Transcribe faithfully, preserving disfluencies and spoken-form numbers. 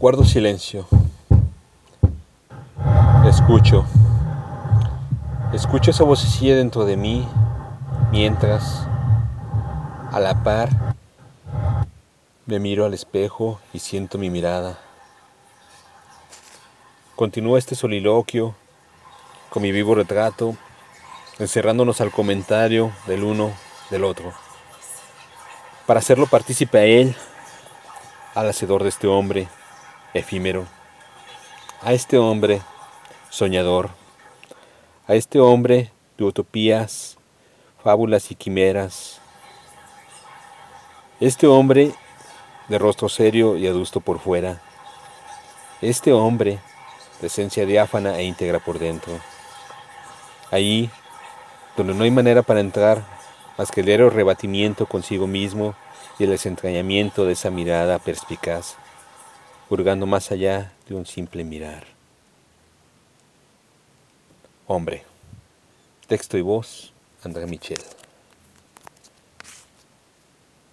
Guardo silencio. Escucho. Escucho esa vocecilla dentro de mí mientras, a la par, me miro al espejo y siento mi mirada. Continúa este soliloquio con mi vivo retrato, encerrándonos al comentario del uno del otro, para hacerlo partícipe a él, al hacedor de este hombre efímero, a este hombre soñador, a este hombre de utopías, fábulas y quimeras, este hombre de rostro serio y adusto por fuera, este hombre de esencia diáfana e íntegra por dentro, ahí donde no hay manera para entrar más que el diario rebatimiento consigo mismo y el desentrañamiento de esa mirada perspicaz, hurgando más allá de un simple mirar. Hombre. Texto y voz, André Michel.